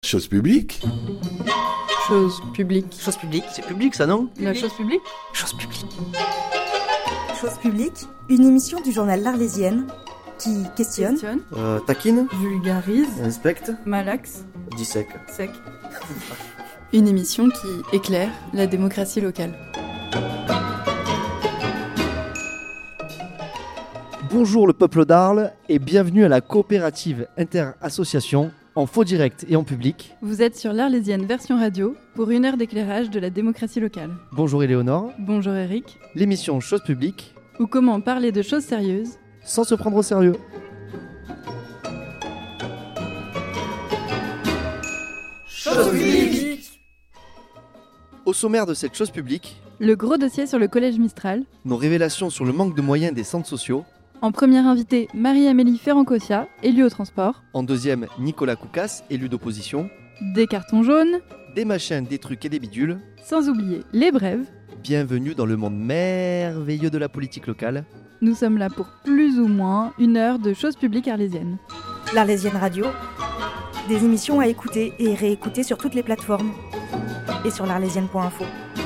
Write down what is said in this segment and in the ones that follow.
Chose publique. Chose publique. Chose publique, c'est public ça, non? La chose publique. Chose publique. Chose publique, une émission du journal L'Arlésienne qui questionne, Taquine, vulgarise, inspecte, malaxe, dissèque. sec. Une émission qui éclaire la démocratie locale. Bonjour le peuple d'Arles et bienvenue à la coopérative inter-association en faux direct et en public. Vous êtes sur l'Arlésienne version radio pour une heure d'éclairage de la démocratie locale. Bonjour Éléonore. Bonjour Eric. L'émission Chose publique. Ou comment parler de choses sérieuses Sans se prendre au sérieux. Chose publique. Au sommaire de cette chose publique, le gros dossier sur le collège Mistral. nos révélations sur le manque de moyens des centres sociaux. En première invitée, Marie-Amélie Ferrancosia, élue au transport. En deuxième, Nicolas Koukas, élu d'opposition. Des cartons jaunes. Des machins, des trucs et des bidules. Sans oublier les brèves. Bienvenue dans le monde merveilleux de la politique locale. Nous sommes là pour plus ou moins une heure de choses publiques arlésiennes. L'Arlésienne Radio, des émissions à écouter et réécouter sur toutes les plateformes et sur l'arlésienne.info.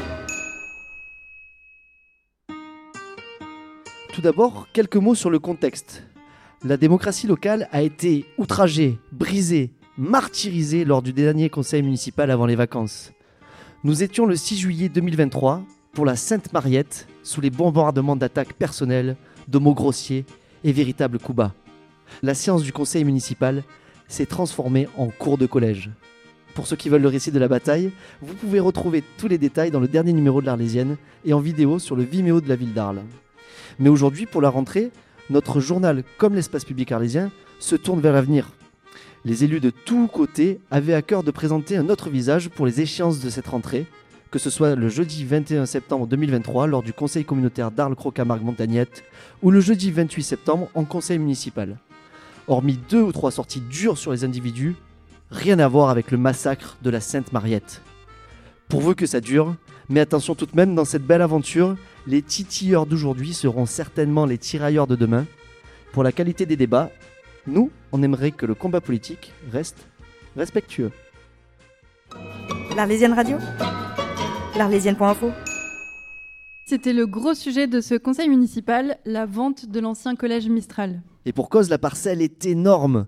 Tout d'abord, quelques mots sur le contexte. La démocratie locale a été outragée, brisée, martyrisée lors du dernier conseil municipal avant les vacances. Nous étions le 6 juillet 2023 pour la Sainte-Mariette sous les bombardements d'attaques personnelles, de mots grossiers et véritables coups bas. La séance du conseil municipal s'est transformée en cours de collège. Pour ceux qui veulent le récit de la bataille, vous pouvez retrouver tous les détails dans le dernier numéro de l'Arlésienne et en vidéo sur le Vimeo de la ville d'Arles. Mais aujourd'hui, pour la rentrée, notre journal, comme l'espace public arlésien, se tourne vers l'avenir. Les élus de tous côtés avaient à cœur de présenter un autre visage pour les échéances de cette rentrée, que ce soit le jeudi 21 septembre 2023 lors du conseil communautaire d'Arles-Crocamargue-Montagnette ou le jeudi 28 septembre en conseil municipal. Hormis 2 ou 3 sorties dures sur les individus, rien à voir avec le massacre de la Sainte-Mariette. Pourvu que ça dure, mais attention tout de même, dans cette belle aventure, les titilleurs d'aujourd'hui seront certainement les tirailleurs de demain. Pour la qualité des débats, nous, on aimerait que le combat politique reste respectueux. L'Arlésienne Radio, l'arlésienne.info. C'était le gros sujet de ce conseil municipal, la vente de l'ancien collège Mistral. Et pour cause, la parcelle est énorme,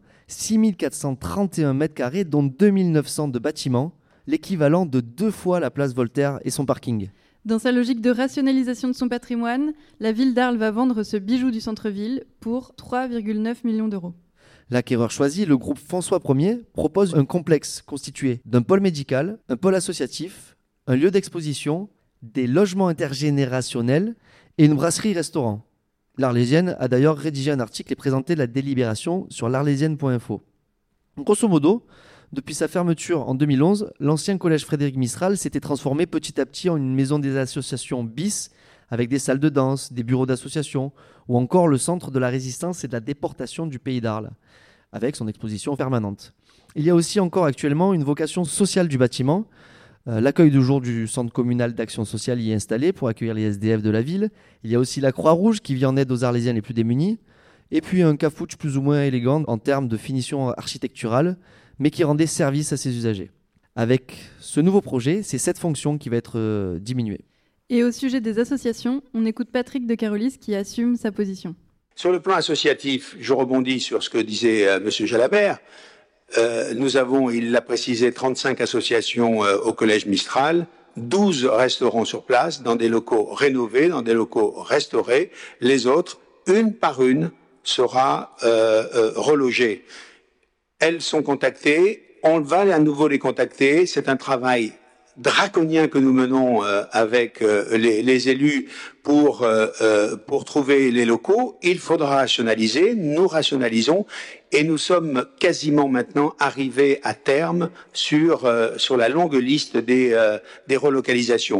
6431 m², dont 2900 de bâtiments, l'équivalent de 2 fois la place Voltaire et son parking. Dans sa logique de rationalisation de son patrimoine, la ville d'Arles va vendre ce bijou du centre-ville pour 3,9 millions d'euros. L'acquéreur choisi, le groupe François Ier, propose un complexe constitué d'un pôle médical, un pôle associatif, un lieu d'exposition, des logements intergénérationnels et une brasserie-restaurant. L'Arlésienne a d'ailleurs rédigé un article et présenté la délibération sur l'arlésienne.info. Grosso modo, depuis sa fermeture en 2011, l'ancien collège Frédéric Mistral s'était transformé petit à petit en une maison des associations bis, avec des salles de danse, des bureaux d'association, ou encore le centre de la résistance et de la déportation du pays d'Arles, avec son exposition permanente. Il y a aussi encore actuellement une vocation sociale du bâtiment. L'accueil du jour du centre communal d'action sociale y est installé pour accueillir les SDF de la ville. Il y a aussi la Croix-Rouge qui vient en aide aux Arlésiens les plus démunis. Et puis un cafouche plus ou moins élégant en termes de finition architecturale, mais qui rendait service à ses usagers. Avec ce nouveau projet, c'est cette fonction qui va être diminuée. Et au sujet des associations, on écoute Patrick de Carolis qui assume sa position. Sur le plan associatif, je rebondis sur ce que disait M. Jalabert. Nous avons, il l'a précisé, 35 associations au collège Mistral. 12 resteront sur place, dans des locaux rénovés, dans des locaux restaurés. Les autres, une par une, sera relogée. Elles sont contactées, on va à nouveau les contacter. C'est un travail draconien que nous menons avec les élus pour trouver les locaux. Il faudra rationaliser, nous rationalisons et nous sommes quasiment maintenant arrivés à terme sur la longue liste des relocalisations.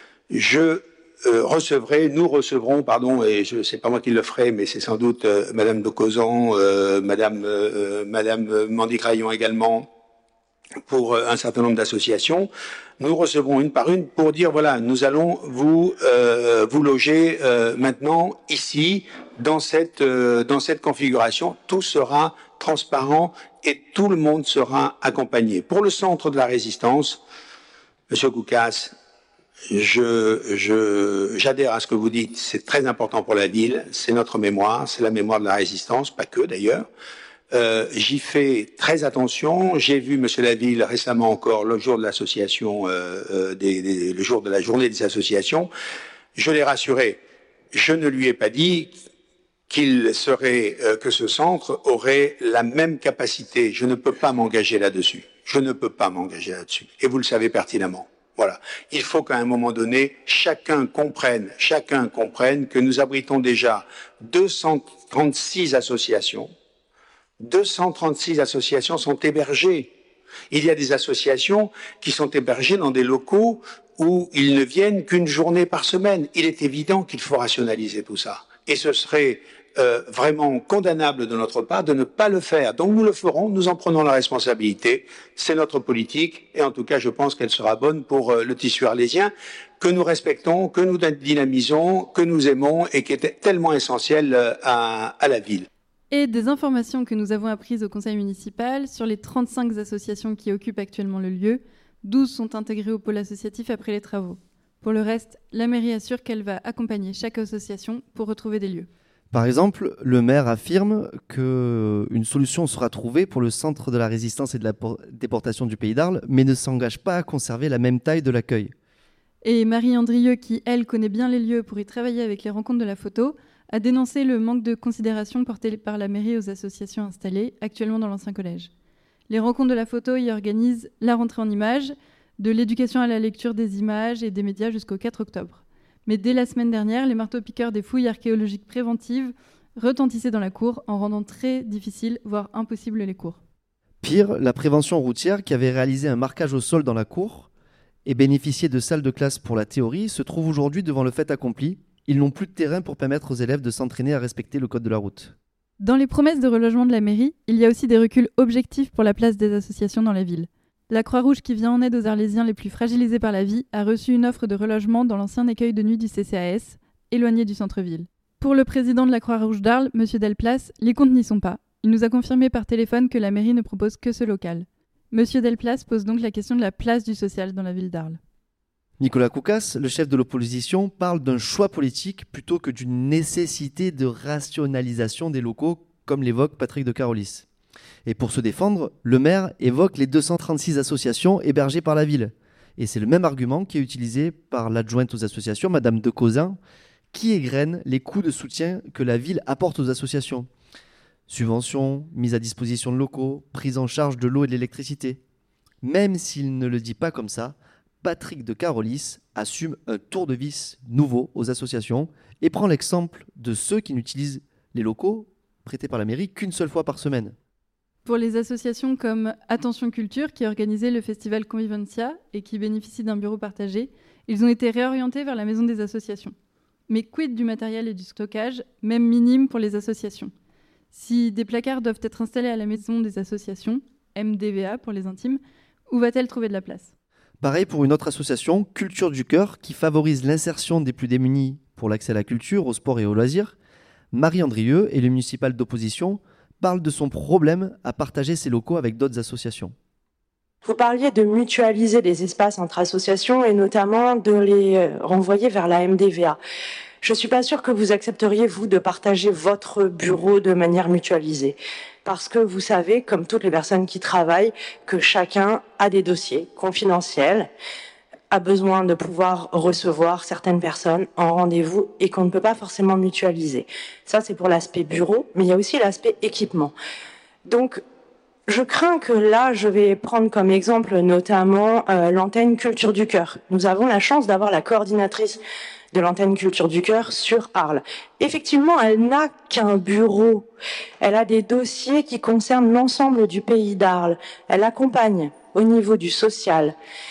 Nous recevrons, et c'est pas moi qui le ferai, mais c'est sans doute Madame de Causan, Madame Mandy-Crayon également, pour un certain nombre d'associations. Nous recevrons une par une pour dire voilà, nous allons vous loger maintenant ici dans cette configuration. Tout sera transparent et tout le monde sera accompagné. Pour le centre de la résistance, Monsieur Koukas, j'adhère à ce que vous dites, c'est très important pour la ville, c'est notre mémoire, c'est la mémoire de la résistance, pas que d'ailleurs. J'y fais très attention. J'ai vu Monsieur Laville récemment encore le jour de l'association, le jour de la journée des associations. Je l'ai rassuré. Je ne lui ai pas dit qu'il serait que ce centre aurait la même capacité. Je ne peux pas m'engager là-dessus. Je ne peux pas m'engager là-dessus. Et vous le savez pertinemment. Voilà. Il faut qu'à un moment donné, chacun comprenne que nous abritons déjà 236 associations. 236 associations sont hébergées. Il y a des associations qui sont hébergées dans des locaux où ils ne viennent qu'une journée par semaine. Il est évident qu'il faut rationaliser tout ça. Et ce serait vraiment condamnable de notre part de ne pas le faire. Donc nous le ferons, nous en prenons la responsabilité. C'est notre politique et en tout cas je pense qu'elle sera bonne pour le tissu arlésien que nous respectons, que nous dynamisons, que nous aimons et qui est tellement essentiel à la ville. Et des informations que nous avons apprises au conseil municipal, sur les 35 associations qui occupent actuellement le lieu, 12 sont intégrées au pôle associatif après les travaux. Pour le reste, la mairie assure qu'elle va accompagner chaque association pour retrouver des lieux. Par exemple, le maire affirme qu'une solution sera trouvée pour le centre de la résistance et de la déportation du Pays d'Arles, mais ne s'engage pas à conserver la même taille de l'accueil. Et Marie Andrieux, qui, elle, connaît bien les lieux pour y travailler avec les rencontres de la photo, a dénoncé le manque de considération porté par la mairie aux associations installées actuellement dans l'ancien collège. Les rencontres de la photo y organisent la rentrée en images, de l'éducation à la lecture des images et des médias jusqu'au 4 octobre. Mais dès la semaine dernière, les marteaux-piqueurs des fouilles archéologiques préventives retentissaient dans la cour en rendant très difficile, voire impossible, les cours. Pire, la prévention routière, qui avait réalisé un marquage au sol dans la cour et bénéficié de salles de classe pour la théorie, se trouve aujourd'hui devant le fait accompli. Ils n'ont plus de terrain pour permettre aux élèves de s'entraîner à respecter le code de la route. Dans les promesses de relogement de la mairie, il y a aussi des reculs objectifs pour la place des associations dans la ville. La Croix-Rouge, qui vient en aide aux Arlésiens les plus fragilisés par la vie, a reçu une offre de relogement dans l'ancien écueil de nuit du CCAS, éloigné du centre-ville. Pour le président de la Croix-Rouge d'Arles, M. Delplace, les comptes n'y sont pas. Il nous a confirmé par téléphone que la mairie ne propose que ce local. M. Delplace pose donc la question de la place du social dans la ville d'Arles. Nicolas Koukas, le chef de l'opposition, parle d'un choix politique plutôt que d'une nécessité de rationalisation des locaux, comme l'évoque Patrick de Carolis. Et pour se défendre, le maire évoque les 236 associations hébergées par la ville. Et c'est le même argument qui est utilisé par l'adjointe aux associations, Madame de Cauzin, qui égrène les coûts de soutien que la ville apporte aux associations. Subventions, mise à disposition de locaux, prise en charge de l'eau et de l'électricité. Même s'il ne le dit pas comme ça, Patrick de Carolis assume un tour de vis nouveau aux associations et prend l'exemple de ceux qui n'utilisent les locaux prêtés par la mairie qu'une seule fois par semaine. Pour les associations comme Attention Culture, qui organisait le festival Convivencia et qui bénéficie d'un bureau partagé, ils ont été réorientés vers la maison des associations. Mais quid du matériel et du stockage, même minime pour les associations ? Si des placards doivent être installés à la maison des associations, MDVA pour les intimes, où va-t-elle trouver de la place ? Pareil pour une autre association, Culture du Cœur, qui favorise l'insertion des plus démunis pour l'accès à la culture, au sport et aux loisirs. Marie Andrieux, élue municipale d'opposition, parle de son problème à partager ses locaux avec d'autres associations. Vous parliez de mutualiser les espaces entre associations et notamment de les renvoyer vers la MDVA. Je ne suis pas sûre que vous accepteriez, vous, de partager votre bureau de manière mutualisée. Parce que vous savez, comme toutes les personnes qui travaillent, que chacun a des dossiers confidentiels, a besoin de pouvoir recevoir certaines personnes en rendez-vous et qu'on ne peut pas forcément mutualiser. Ça, c'est pour l'aspect bureau, mais il y a aussi l'aspect équipement. Donc, je crains que là, je vais prendre comme exemple notamment l'antenne Culture du Cœur. Nous avons la chance d'avoir la coordinatrice de l'antenne Culture du Cœur sur Arles. Effectivement, elle n'a qu'un bureau. Elle a des dossiers qui concernent l'ensemble du pays d'Arles. Elle accompagne au niveau du social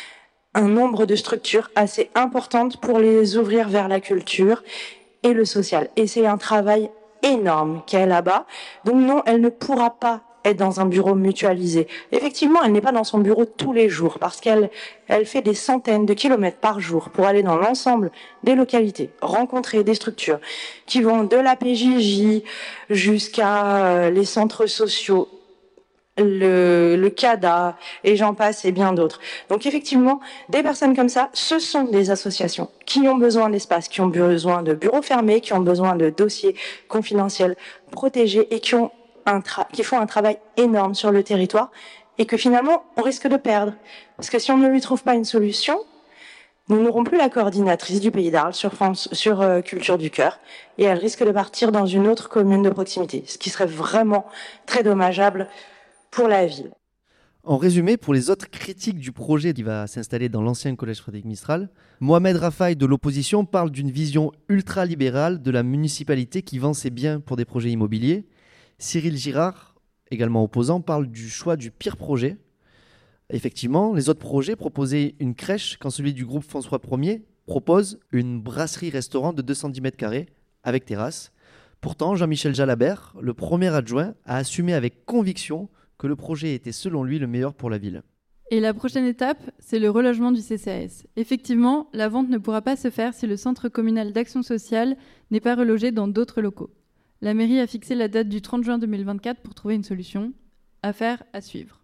un nombre de structures assez importantes pour les ouvrir vers la culture et le social. Et c'est un travail énorme qu'elle a là-bas. Donc non, elle ne pourra pas être dans un bureau mutualisé. Effectivement, elle n'est pas dans son bureau tous les jours parce qu'elle fait des centaines de kilomètres par jour pour aller dans l'ensemble des localités, rencontrer des structures qui vont de la PJJ jusqu'à les centres sociaux. le CADA, et j'en passe, et bien d'autres. Donc effectivement, des personnes comme ça, ce sont des associations qui ont besoin d'espace, qui ont besoin de bureaux fermés, qui ont besoin de dossiers confidentiels protégés et qui font un travail énorme sur le territoire et que finalement, on risque de perdre. Parce que si on ne lui trouve pas une solution, nous n'aurons plus la coordinatrice du Pays d'Arles sur Culture du Cœur et elle risque de partir dans une autre commune de proximité, ce qui serait vraiment très dommageable pour la ville. En résumé, pour les autres critiques du projet qui va s'installer dans l'ancien collège Frédéric Mistral, Mohamed Raffaï de l'opposition parle d'une vision ultra-libérale de la municipalité qui vend ses biens pour des projets immobiliers. Cyril Girard, également opposant, parle du choix du pire projet. Effectivement, les autres projets proposaient une crèche quand celui du groupe François Ier propose une brasserie-restaurant de 210 mètres carrés avec terrasse. Pourtant, Jean-Michel Jalabert, le premier adjoint, a assumé avec conviction que le projet était selon lui le meilleur pour la ville. Et la prochaine étape, c'est le relogement du CCAS. Effectivement, la vente ne pourra pas se faire si le centre communal d'action sociale n'est pas relogé dans d'autres locaux. La mairie a fixé la date du 30 juin 2024 pour trouver une solution. Affaire à suivre.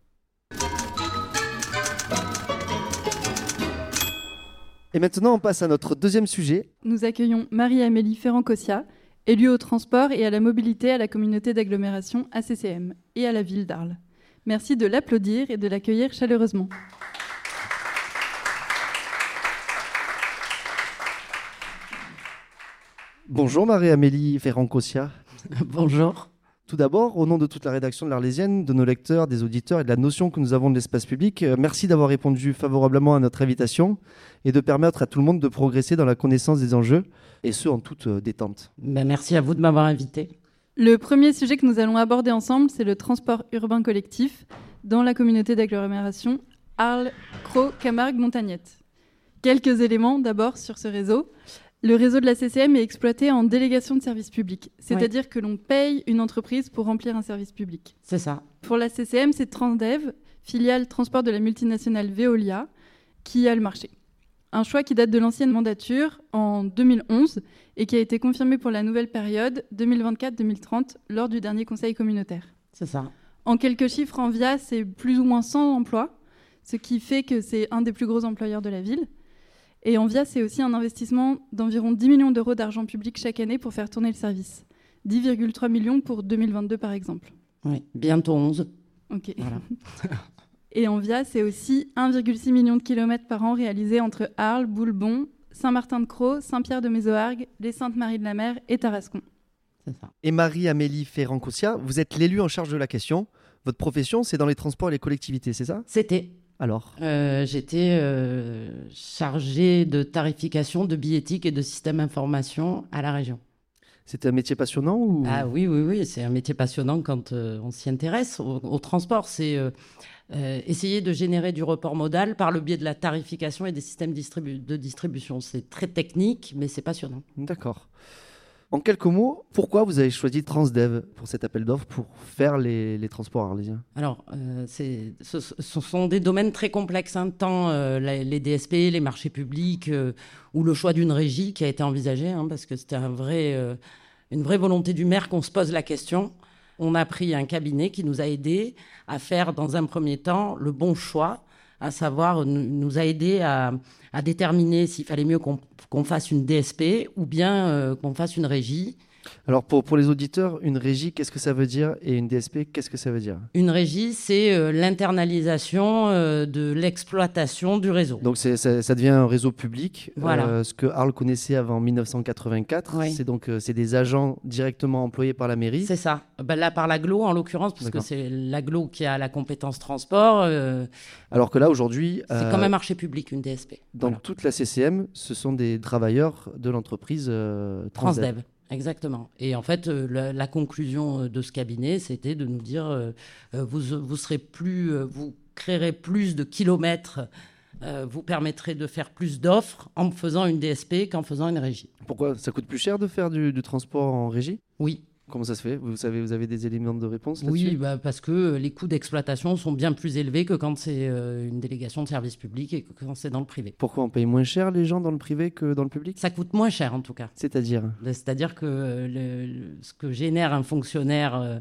Et maintenant, on passe à notre deuxième sujet. Nous accueillons Marie-Amélie Ferrand-Cossia, élue au transport et à la mobilité à la communauté d'agglomération ACCM et à la ville d'Arles. Merci de l'applaudir et de l'accueillir chaleureusement. Bonjour Marie-Amélie Ferrand-Cossia. Bonjour. Tout d'abord, au nom de toute la rédaction de l'Arlésienne, de nos lecteurs, des auditeurs et de la notion que nous avons de l'espace public, merci d'avoir répondu favorablement à notre invitation et de permettre à tout le monde de progresser dans la connaissance des enjeux, et ce, en toute détente. Merci à vous de m'avoir invité. Le premier sujet que nous allons aborder ensemble, c'est le transport urbain collectif dans la communauté d'agglomération Arles-Cros-Camargue-Montagnette. Quelques éléments d'abord sur ce réseau. Le réseau de la CCM est exploité en délégation de service public, c'est-à-dire que l'on paye une entreprise pour remplir un service public. C'est ça. Pour la CCM, c'est Transdev, filiale transport de la multinationale Veolia, qui a le marché. Un choix qui date de l'ancienne mandature en 2011 et qui a été confirmé pour la nouvelle période 2024-2030 lors du dernier conseil communautaire. C'est ça. En quelques chiffres, Envia, c'est plus ou moins 100 emplois, ce qui fait que c'est un des plus gros employeurs de la ville. Et Envia, c'est aussi un investissement d'environ 10 millions d'euros d'argent public chaque année pour faire tourner le service. 10,3 millions pour 2022, par exemple. Oui, bientôt 11. Ok. Voilà. Et Envia, c'est aussi 1,6 million de kilomètres par an réalisés entre Arles, Boulbon, Saint-Martin-de-Crau, Saint-Pierre-de-Mézoargues, les Saintes-Maries-de-la-Mer et Tarascon. C'est ça. Et Marie-Amélie Ferrand-Cossia, vous êtes l'élue en charge de la question. Votre profession, c'est dans les transports et les collectivités, c'est ça ? C'était. Alors J'étais chargée de tarification, de billettique et de système information à la région. C'était un métier passionnant ou... Ah oui, c'est un métier passionnant quand on s'y intéresse. Au transport, c'est essayer de générer du report modal par le biais de la tarification et des systèmes de distribution. C'est très technique, mais c'est passionnant. D'accord. En quelques mots, pourquoi vous avez choisi Transdev pour cet appel d'offres pour faire les transports arlésiens ? Alors, ce sont des domaines très complexes, hein, tant les DSP, les marchés publics, ou le choix d'une régie qui a été envisagé, hein, parce que c'était une vraie volonté du maire qu'on se pose la question. On a pris un cabinet qui nous a aidés à faire, dans un premier temps, le bon choix, à savoir nous a aidés à déterminer s'il fallait mieux qu'on fasse une DSP ou bien qu'on fasse une régie. Alors pour les auditeurs, une régie, qu'est-ce que ça veut dire ? Et une DSP, qu'est-ce que ça veut dire ? Une régie, c'est l'internalisation de l'exploitation du réseau. Donc ça devient un réseau public. Voilà. Ce que Arles connaissait avant 1984, Oui. c'est des agents directement employés par la mairie. C'est ça. Là, par l'AGLO, en l'occurrence, parce D'accord. que c'est l'AGLO qui a la compétence transport. Alors que là, aujourd'hui... C'est comme un marché public, une DSP. Dans Voilà. toute la CCM, ce sont des travailleurs de l'entreprise Transdev. Transdev. Exactement. Et en fait, la conclusion de ce cabinet, c'était de nous dire vous créerez plus de kilomètres, vous permettrez de faire plus d'offres en faisant une DSP qu'en faisant une régie. Pourquoi ? Ça coûte plus cher de faire du transport en régie ? Oui. Comment ça se fait ? Vous avez des éléments de réponse là-dessus ? Oui, parce que les coûts d'exploitation sont bien plus élevés que quand c'est une délégation de service public et que quand c'est dans le privé. Pourquoi on paye moins cher les gens dans le privé que dans le public ? Ça coûte moins cher en tout cas. C'est-à-dire ? C'est-à-dire que ce que génère un fonctionnaire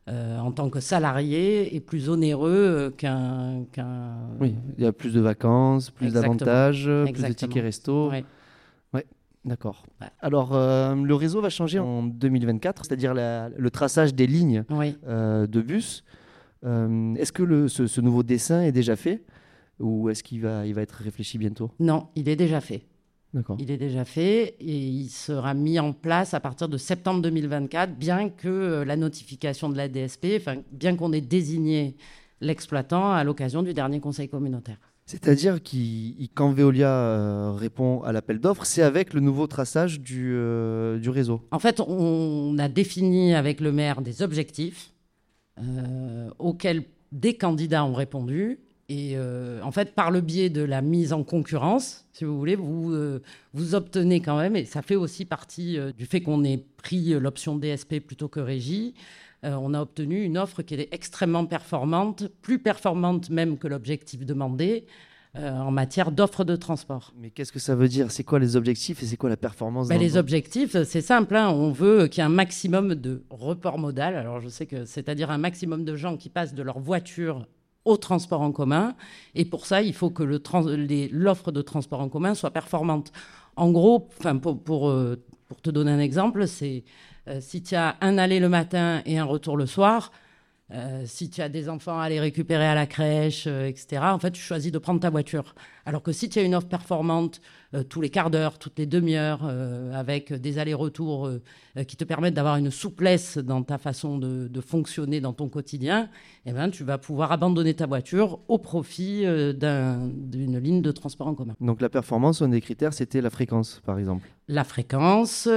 en tant que salarié est plus onéreux qu'un... Oui, il y a plus de vacances, plus d'avantages, plus de tickets resto. Ouais. D'accord. Ouais. Alors, le réseau va changer en 2024, c'est-à-dire le traçage des lignes de bus. Est-ce que ce nouveau dessin est déjà fait ou est-ce qu'il va être réfléchi bientôt ? Non, il est déjà fait. D'accord. Il est déjà fait et il sera mis en place à partir de septembre 2024, bien que la notification de la DSP, bien qu'on ait désigné l'exploitant à l'occasion du dernier conseil communautaire. C'est-à-dire quand Veolia répond à l'appel d'offres, c'est avec le nouveau traçage du réseau. En fait, on a défini avec le maire des objectifs auxquels des candidats ont répondu. Et en fait, par le biais de la mise en concurrence, si vous voulez, vous obtenez quand même, et ça fait aussi partie du fait qu'on ait pris l'option DSP plutôt que régie, on a obtenu une offre qui est extrêmement performante, plus performante même que l'objectif demandé en matière d'offre de transport. Mais qu'est-ce que ça veut dire ? C'est quoi les objectifs et c'est quoi la performance ? Les objectifs, c'est simple, hein, on veut qu'il y ait un maximum de report modal. Alors je sais que c'est-à-dire un maximum de gens qui passent de leur voiture au transport en commun. Et pour ça, il faut que l'offre de transport en commun soit performante. En gros, pour te donner un exemple, c'est si tu as un aller le matin et un retour le soir, si tu as des enfants à les récupérer à la crèche, etc., en fait, tu choisis de prendre ta voiture. Alors que si tu as une offre performante tous les quarts d'heure, toutes les demi-heures, avec des allers-retours qui te permettent d'avoir une souplesse dans ta façon de fonctionner dans ton quotidien, eh ben, tu vas pouvoir abandonner ta voiture au profit d'une ligne de transport en commun. Donc la performance, un des critères, c'était la fréquence, par exemple. La fréquence,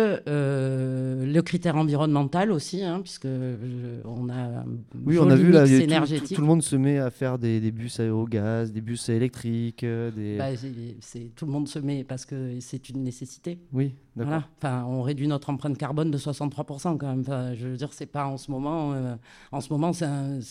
le critère environnemental aussi, hein, puisque on a on a vu là, énergétique. Tout le monde se met à faire des bus au gaz, des bus électriques. Tout le monde se met parce que c'est une nécessité. Oui, d'accord. Voilà. On réduit notre empreinte carbone de 63% quand même. Je veux dire, c'est pas en ce moment. En ce moment, c'est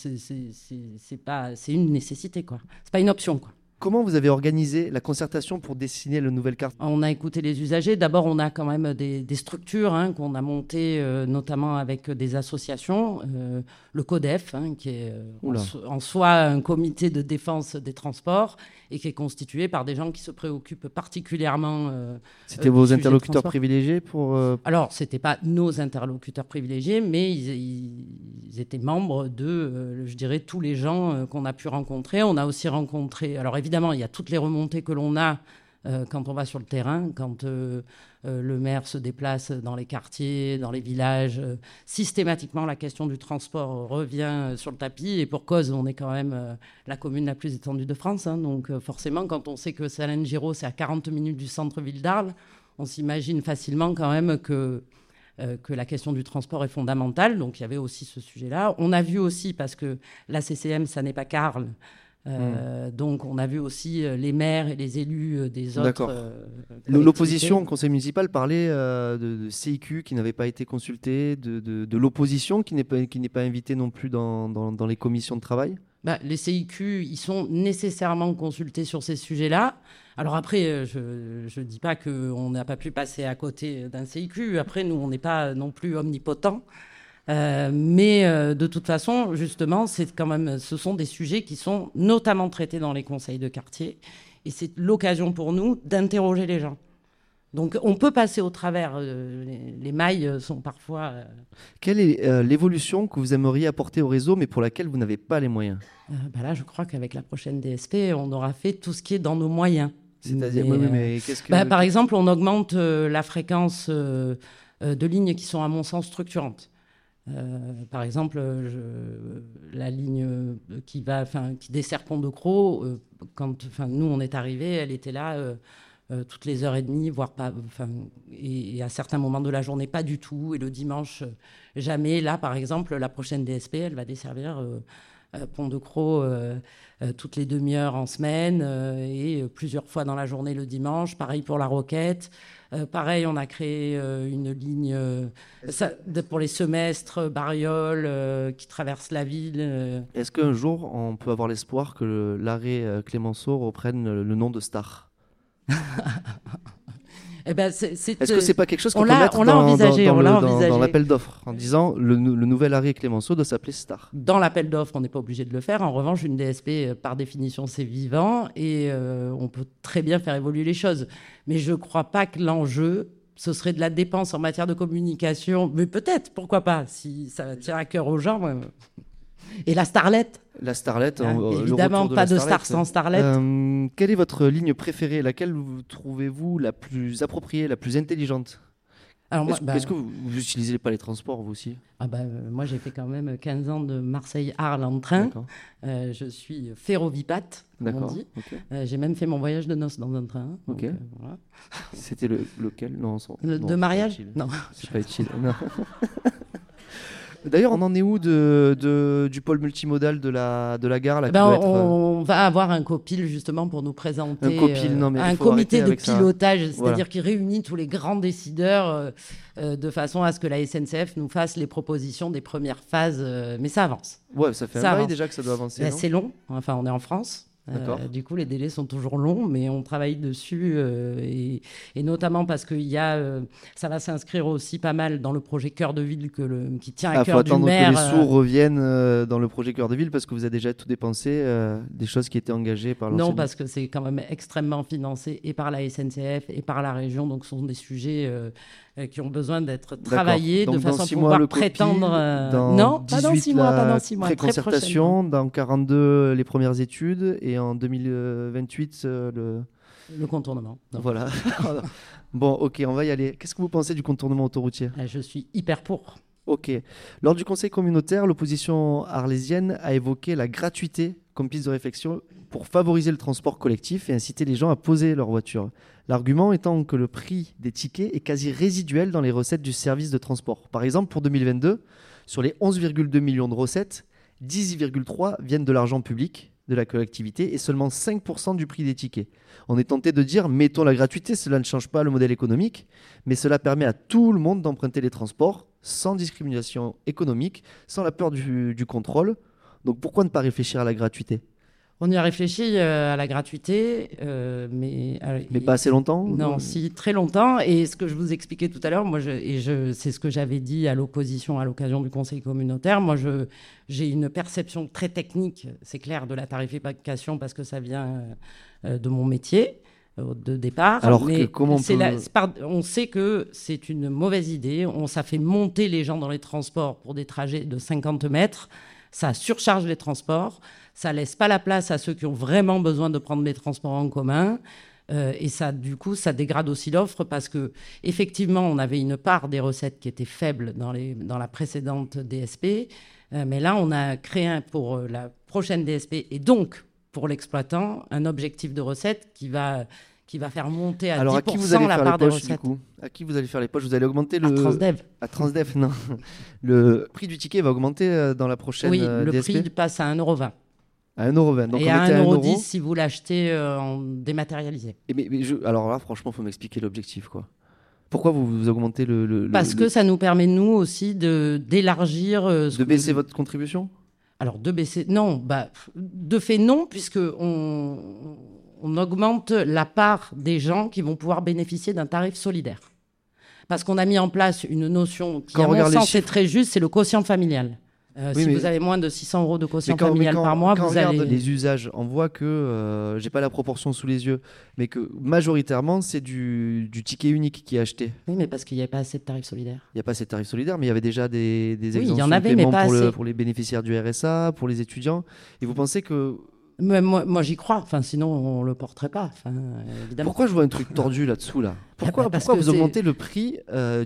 une nécessité, quoi. C'est pas une option, quoi. Comment vous avez organisé la concertation pour dessiner la nouvelle carte ? On a écouté les usagers. D'abord, on a quand même des structures qu'on a montées, notamment avec des associations. Le CODEF, qui est en soi un comité de défense des transports et qui est constitué par des gens qui se préoccupent particulièrement C'était vos interlocuteurs privilégiés pour... Alors, ce n'était pas nos interlocuteurs privilégiés, mais ils étaient membres de, je dirais, tous les gens qu'on a pu rencontrer. On a aussi rencontré... Alors, évidemment, il y a toutes les remontées que l'on a quand on va sur le terrain, quand le maire se déplace dans les quartiers, dans les villages. Systématiquement, la question du transport revient sur le tapis. Et pour cause, on est quand même la commune la plus étendue de France. Hein, donc forcément, quand on sait que Salins-de-Giraud, c'est à 40 minutes du centre-ville d'Arles, on s'imagine facilement quand même que la question du transport est fondamentale. Donc il y avait aussi ce sujet-là. On a vu aussi, parce que la CCM, ça n'est pas qu'Arles, donc on a vu aussi les maires et les élus des autres. L'opposition au conseil municipal parlait de CIQ qui n'avait pas été consulté, de l'opposition qui n'est pas invitée non plus dans les commissions de travail. Les CIQ, ils sont nécessairement consultés sur ces sujets-là. Alors après, je ne dis pas qu'on n'a pas pu passer à côté d'un CIQ. Après, nous, on n'est pas non plus omnipotents. Mais de toute façon, justement, ce sont des sujets qui sont notamment traités dans les conseils de quartier. Et c'est l'occasion pour nous d'interroger les gens. Donc on peut passer au travers. Les mailles sont parfois... Quelle est l'évolution que vous aimeriez apporter au réseau, mais pour laquelle vous n'avez pas les moyens ? Là, je crois qu'avec la prochaine DSP, on aura fait tout ce qui est dans nos moyens. C'est-à-dire, mais qu'est-ce que... Par exemple, on augmente la fréquence de lignes qui sont, à mon sens, structurantes. Par exemple, la ligne qui dessert Pont-de-Croix, nous on est arrivés, elle était là toutes les heures et demie, voire pas, et à certains moments de la journée pas du tout, et le dimanche jamais. Là, par exemple, la prochaine DSP, elle va desservir Pont-de-Croix toutes les demi-heures en semaine et plusieurs fois dans la journée le dimanche. Pareil pour la Roquette. Pareil, on a créé une ligne pour les semestres Bariol qui traversent la ville. Est-ce qu'un jour, on peut avoir l'espoir que l'arrêt Clémenceau reprenne le nom de Star ? Est-ce que c'est pas quelque chose qu'on on peut l'a- mettre on l'a envisagé, dans envisagé. l'appel d'offres en disant le nouvel arrêt Clémenceau doit s'appeler Star. Dans l'appel d'offres, on n'est pas obligé de le faire. En revanche, une DSP, par définition, c'est vivant et on peut très bien faire évoluer les choses. Mais je ne crois pas que l'enjeu, ce serait de la dépense en matière de communication. Mais peut-être, pourquoi pas, si ça tient à cœur aux gens. Et la starlette. La starlette, Évidemment, pas de star sans starlette. Quelle est votre ligne préférée? Laquelle trouvez-vous la plus appropriée, la plus intelligente? Alors Est-ce que vous n'utilisez pas les transports, vous aussi? Moi, j'ai fait quand même 15 ans de Marseille-Arles en train. Je suis ferrovipate, comme on dit. Okay. J'ai même fait mon voyage de noces dans un train. Donc, voilà. C'était lequel? Non, de mariage? Non. C'est pas utile. Non. D'ailleurs, on en est où du pôle multimodal de la gare là, on va avoir un copil justement pour nous présenter un comité de pilotage, c'est-à-dire qui réunit tous les grands décideurs de façon à ce que la SNCF nous fasse les propositions des premières phases. Mais ça avance. Ouais, ça fait un bail déjà que ça doit avancer. C'est long. Enfin, on est en France. Du coup, les délais sont toujours longs, mais on travaille dessus et notamment parce que ça va s'inscrire aussi pas mal dans le projet Cœur de Ville qui tient à cœur du maire. Il faut attendre que les sourds reviennent dans le projet Cœur de Ville parce que vous avez déjà tout dépensé, des choses qui étaient engagées par l'ancien. Non, parce que c'est quand même extrêmement financé et par la SNCF et par la région, donc ce sont des sujets qui ont besoin d'être travaillés de façon à pouvoir prétendre... non, pas dans 6 mois, pas dans 6 mois. Pré-concertation, dans 42 les premières études et en 2028 le contournement. Non. Voilà. Bon, ok, on va y aller. Qu'est-ce que vous pensez du contournement autoroutier? Je suis hyper pour. Ok. Lors du conseil communautaire, l'opposition arlésienne a évoqué la gratuité comme piste de réflexion pour favoriser le transport collectif et inciter les gens à poser leur voiture. L'argument étant que le prix des tickets est quasi résiduel dans les recettes du service de transport. Par exemple, pour 2022, sur les 11,2 millions de recettes, 10,3 viennent de l'argent public de la collectivité et seulement 5% du prix des tickets. On est tenté de dire, mettons la gratuité, cela ne change pas le modèle économique, mais cela permet à tout le monde d'emprunter les transports sans discrimination économique, sans la peur du contrôle. Donc pourquoi ne pas réfléchir à la gratuité? On y a réfléchi à la gratuité, mais pas assez longtemps? Non, si, très longtemps. Et ce que je vous expliquais tout à l'heure, c'est ce que j'avais dit à l'opposition à l'occasion du conseil communautaire. Moi, j'ai une perception très technique, c'est clair, de la tarification parce que ça vient de mon métier de départ. Alors mais comment on sait que c'est une mauvaise idée. Ça fait monter les gens dans les transports pour des trajets de 50 mètres. Ça surcharge les transports, ça laisse pas la place à ceux qui ont vraiment besoin de prendre les transports en commun. Et ça, du coup, ça dégrade aussi l'offre parce que effectivement, on avait une part des recettes qui était faible dans la précédente DSP. Mais là, on a créé pour la prochaine DSP et donc pour l'exploitant un objectif de recettes qui va faire monter à 10% à qui vous allez la faire part les des poches, recettes. du coup À qui vous allez faire les poches? Vous allez augmenter À Transdev. À Transdev, non. Le prix du ticket va augmenter dans la prochaine Oui, le DSP. prix passe à 1,20 €. À 1,20 €. Donc et on à était 1,10 € si vous l'achetez en dématérialisé. Alors là, franchement, il faut m'expliquer l'objectif, quoi. Pourquoi vous augmentez Parce que ça nous permet, nous aussi, d'élargir... de baisser votre contribution? Alors, de baisser... Non, de fait, non, puisqu'on augmente la part des gens qui vont pouvoir bénéficier d'un tarif solidaire. Parce qu'on a mis en place une notion qui, à mon sens, est très juste, c'est le quotient familial. Si vous avez moins de 600 € de quotient familial par mois, quand vous on regarde allez... les usages, on voit que, j'ai pas la proportion sous les yeux, mais que majoritairement, c'est du ticket unique qui est acheté. Oui, mais parce qu'il n'y avait pas assez de tarifs solidaires. Il n'y a pas assez de tarifs solidaires, mais il y avait déjà des exemptions il y en avait, mais pas assez. pour les bénéficiaires du RSA, pour les étudiants. Et vous pensez que... Moi, j'y crois. Enfin, sinon, on le porterait pas. Enfin, évidemment. Pourquoi je vois un truc tordu là-dessous là? Pourquoi vous augmentez le prix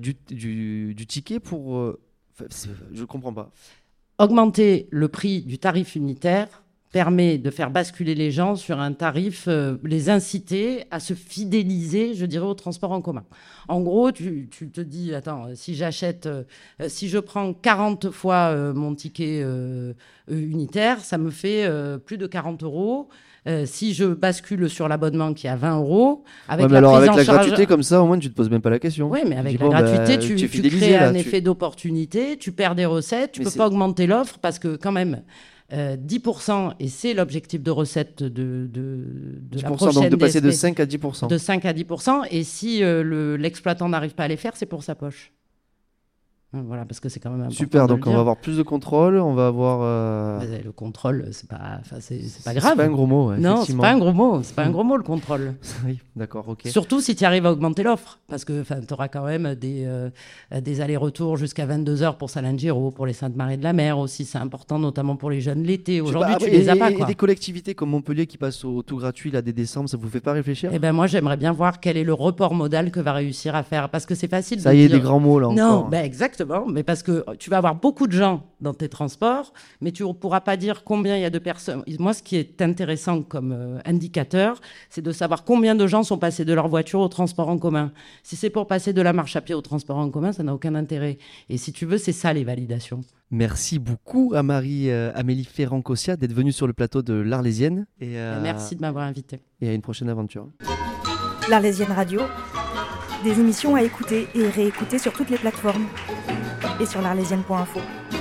du ticket pour... je comprends pas. Augmenter le prix du tarif unitaire permet de faire basculer les gens sur un tarif, les inciter à se fidéliser, je dirais, au transport en commun. En gros, tu te dis, attends, si je prends 40 fois mon ticket unitaire, ça me fait plus de 40 €. Si je bascule sur l'abonnement qui est à 20 €, avec la prise en charge... gratuité comme ça, au moins tu te poses même pas la question. Oui, mais avec la gratuité, tu crées un effet d'opportunité, tu perds des recettes, tu peux pas augmenter l'offre parce que quand même, 10%, et c'est l'objectif de recette de la 10%, prochaine donc de passer DSP, de 5 à 10%. de 5 à 10%, et si l'exploitant n'arrive pas à les faire, c'est pour sa poche. Voilà, parce que c'est quand même important. Super, de donc le on va dire. avoir plus de contrôle, on va avoir... Mais le contrôle, c'est pas grave. C'est pas un gros mot, ouais, Non, c'est effectivement. pas un gros mot. C'est pas un gros mot, le contrôle. Oui, d'accord, ok. Surtout si tu arrives à augmenter l'offre. Parce que tu auras quand même des allers-retours jusqu'à 22h pour Salengiro, pour les Saintes-Maries-de-la-Mer aussi. C'est important, notamment pour les jeunes l'été. Aujourd'hui, tu les as pas, quoi. Et des collectivités comme Montpellier qui passent au tout gratuit là, dès décembre, ça vous fait pas réfléchir? Eh ben moi, j'aimerais bien voir quel est le report modal que va réussir à faire. Parce que c'est facile Ça de y est, dire... des grands mots là Non, encore. ben exactement. Mais parce que tu vas avoir beaucoup de gens dans tes transports, mais tu ne pourras pas dire combien il y a de personnes. Moi, ce qui est intéressant comme indicateur, c'est de savoir combien de gens sont passés de leur voiture au transport en commun. Si c'est pour passer de la marche à pied au transport en commun, ça n'a aucun intérêt. Et si tu veux, c'est ça les validations. Merci beaucoup à Amélie Ferrand-Cossia d'être venue sur le plateau de l'Arlésienne. Et, Merci de m'avoir invité. Et à une prochaine aventure. L'Arlésienne Radio, des émissions à écouter et réécouter sur toutes les plateformes et sur l'arlésienne.info.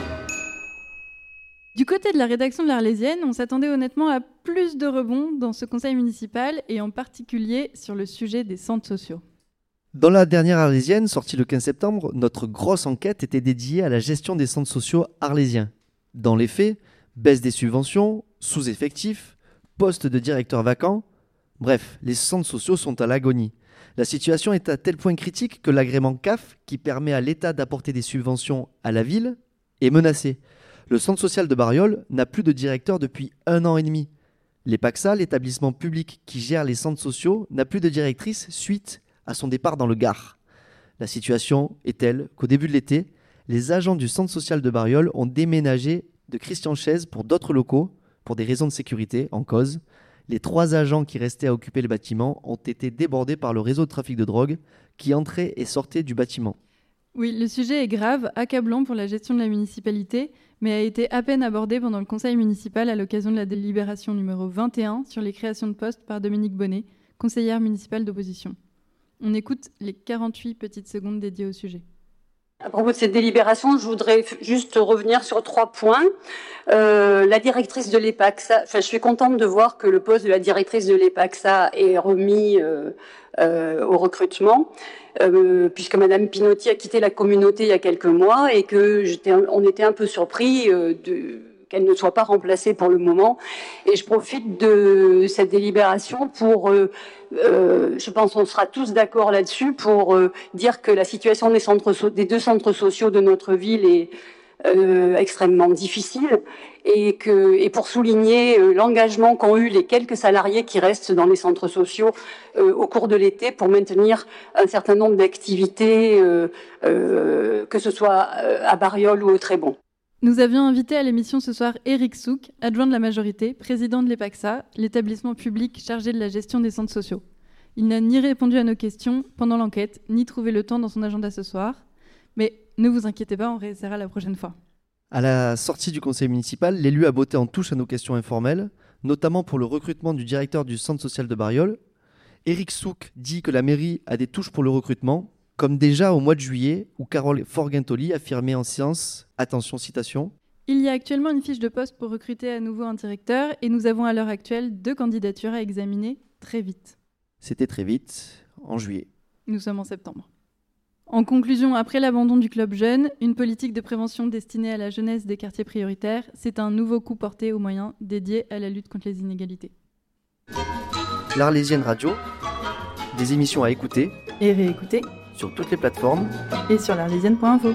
Du côté de la rédaction de l'Arlésienne, on s'attendait honnêtement à plus de rebonds dans ce conseil municipal et en particulier sur le sujet des centres sociaux. Dans la dernière Arlésienne, sortie le 15 septembre, notre grosse enquête était dédiée à la gestion des centres sociaux arlésiens. Dans les faits, baisse des subventions, sous-effectifs, postes de directeurs vacants. Bref, les centres sociaux sont à l'agonie. La situation est à tel point critique que l'agrément CAF, qui permet à l'État d'apporter des subventions à la ville, est menacé. Le centre social de Bariol n'a plus de directeur depuis 1 an et demi. L'EPACSA, l'établissement public qui gère les centres sociaux, n'a plus de directrice suite à son départ dans le Gard. La situation est telle qu'au début de l'été, les agents du centre social de Bariol ont déménagé de Christian-Chaise pour d'autres locaux, pour des raisons de sécurité en cause. Les 3 agents qui restaient à occuper le bâtiment ont été débordés par le réseau de trafic de drogue qui entrait et sortait du bâtiment. Oui, le sujet est grave, accablant pour la gestion de la municipalité, mais a été à peine abordé pendant le conseil municipal à l'occasion de la délibération numéro 21 sur les créations de postes par Dominique Bonnet, conseillère municipale d'opposition. On écoute les 48 petites secondes dédiées au sujet. À propos de cette délibération, je voudrais juste revenir sur 3 points. La directrice de l'EPACSA, je suis contente de voir que le poste de la directrice de l'EPACSA est remis au recrutement, puisque Madame Pinotti a quitté la communauté il y a quelques mois et que on était un peu surpris qu'elle ne soit pas remplacée pour le moment. Et je profite de cette délibération pour, je pense qu'on sera tous d'accord là-dessus, pour dire que la situation des 2 centres sociaux de notre ville est extrêmement difficile et pour souligner l'engagement qu'ont eu les quelques salariés qui restent dans les centres sociaux au cours de l'été pour maintenir un certain nombre d'activités, que ce soit à Bariol ou au Trébon. Nous avions invité à l'émission ce soir Éric Souk, adjoint de la majorité, président de l'EPACSA, l'établissement public chargé de la gestion des centres sociaux. Il n'a ni répondu à nos questions pendant l'enquête, ni trouvé le temps dans son agenda ce soir. Mais ne vous inquiétez pas, on réessayera la prochaine fois. À la sortie du conseil municipal, l'élu a botté en touche à nos questions informelles, notamment pour le recrutement du directeur du centre social de Bariol. Éric Souk dit que la mairie a des touches pour le recrutement, comme déjà au mois de juillet, où Carole Forgentoli affirmait en séance, attention citation, « Il y a actuellement une fiche de poste pour recruter à nouveau un directeur et nous avons à l'heure actuelle 2 candidatures à examiner très vite. » C'était très vite, en juillet. Nous sommes en septembre. En conclusion, après l'abandon du club jeune, une politique de prévention destinée à la jeunesse des quartiers prioritaires, c'est un nouveau coup porté aux moyens dédiés à la lutte contre les inégalités. L'Arlésienne Radio, des émissions à écouter et réécouter sur toutes les plateformes et sur l'arlésienne.info.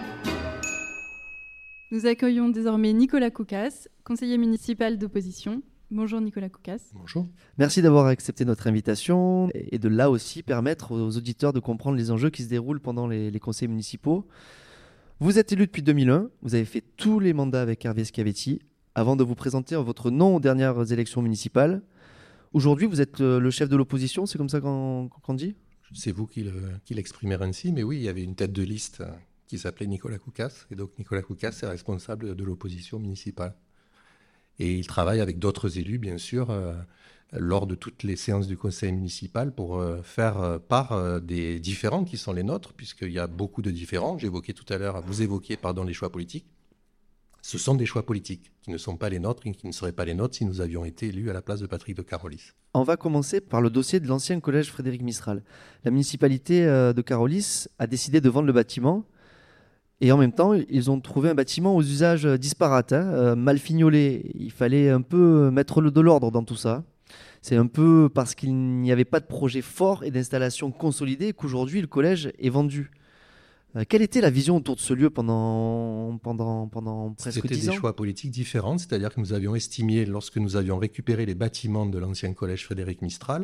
Nous accueillons désormais Nicolas Koukas, conseiller municipal d'opposition. Bonjour Nicolas Koukas. Bonjour. Merci d'avoir accepté notre invitation et de là aussi permettre aux auditeurs de comprendre les enjeux qui se déroulent pendant les conseils municipaux. Vous êtes élu depuis 2001, vous avez fait tous les mandats avec Hervé Schiavetti avant de vous présenter en votre nom aux dernières élections municipales. Aujourd'hui, vous êtes le chef de l'opposition, c'est comme ça qu'on dit ? C'est vous qui l'exprimez ainsi, mais oui, il y avait une tête de liste qui s'appelait Nicolas Koukas, et donc Nicolas Koukas est responsable de l'opposition municipale. Et il travaille avec d'autres élus, bien sûr, lors de toutes les séances du conseil municipal pour faire part des différends qui sont les nôtres, puisqu'il y a beaucoup de différends. Vous évoquiez les choix politiques. Ce sont des choix politiques qui ne sont pas les nôtres et qui ne seraient pas les nôtres si nous avions été élus à la place de Patrick de Carolis. On va commencer par le dossier de l'ancien collège Frédéric Mistral. La municipalité de Carolis a décidé de vendre le bâtiment et en même temps, ils ont trouvé un bâtiment aux usages disparates, mal fignolé. Il fallait un peu mettre de l'ordre dans tout ça. C'est un peu parce qu'il n'y avait pas de projet fort et d'installation consolidée qu'aujourd'hui le collège est vendu. Quelle était la vision autour de ce lieu pendant presque 10 ans ? C'était des choix politiques différents, c'est-à-dire que nous avions estimé, lorsque nous avions récupéré les bâtiments de l'ancien collège Frédéric Mistral,